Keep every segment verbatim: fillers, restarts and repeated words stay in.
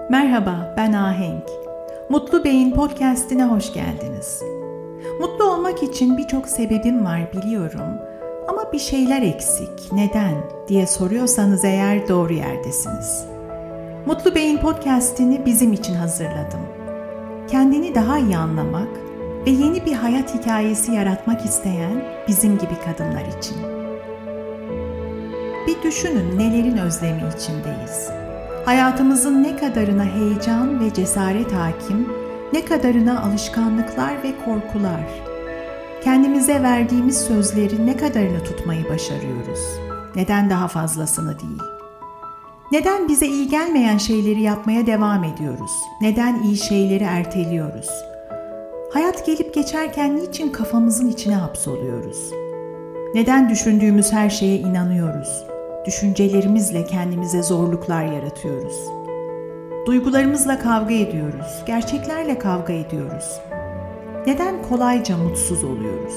Merhaba, ben Ahenk. Mutlu Beyin Podcast'ine hoş geldiniz. Mutlu olmak için birçok sebebim var biliyorum ama bir şeyler eksik, neden diye soruyorsanız eğer doğru yerdesiniz. Mutlu Beyin Podcast'ini bizim için hazırladım. Kendini daha iyi anlamak ve yeni bir hayat hikayesi yaratmak isteyen bizim gibi kadınlar için. Bir düşünün nelerin özlemi içindeyiz. Hayatımızın ne kadarına heyecan ve cesaret hakim, ne kadarına alışkanlıklar ve korkular. Kendimize verdiğimiz sözleri ne kadarını tutmayı başarıyoruz? Neden daha fazlasını değil? Neden bize iyi gelmeyen şeyleri yapmaya devam ediyoruz? Neden iyi şeyleri erteliyoruz? Hayat gelip geçerken niçin kafamızın içine hapsoluyoruz? Neden düşündüğümüz her şeye inanıyoruz? Düşüncelerimizle kendimize zorluklar yaratıyoruz. Duygularımızla kavga ediyoruz, gerçeklerle kavga ediyoruz. Neden kolayca mutsuz oluyoruz?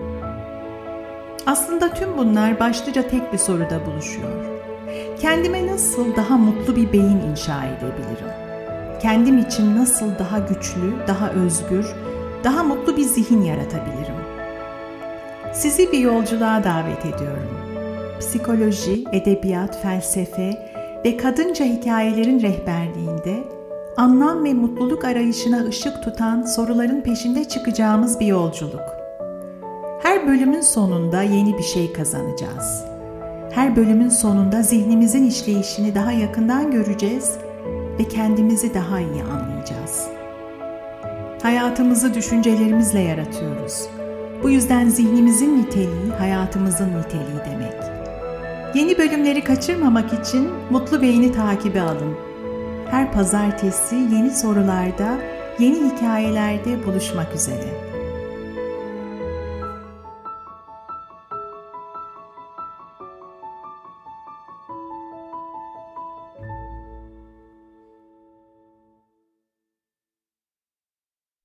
Aslında tüm bunlar başlıca tek bir soruda buluşuyor. Kendime nasıl daha mutlu bir beyin inşa edebilirim? Kendim için nasıl daha güçlü, daha özgür, daha mutlu bir zihin yaratabilirim? Sizi bir yolculuğa davet ediyorum. Psikoloji, edebiyat, felsefe ve kadınca hikayelerin rehberliğinde anlam ve mutluluk arayışına ışık tutan soruların peşinde çıkacağımız bir yolculuk. Her bölümün sonunda yeni bir şey kazanacağız. Her bölümün sonunda zihnimizin işleyişini daha yakından göreceğiz ve kendimizi daha iyi anlayacağız. Hayatımızı düşüncelerimizle yaratıyoruz. Bu yüzden zihnimizin niteliği hayatımızın niteliği demek. Yeni bölümleri kaçırmamak için Mutlu Beyin'i takibe alın. Her pazartesi yeni sorularda, yeni hikayelerde buluşmak üzere.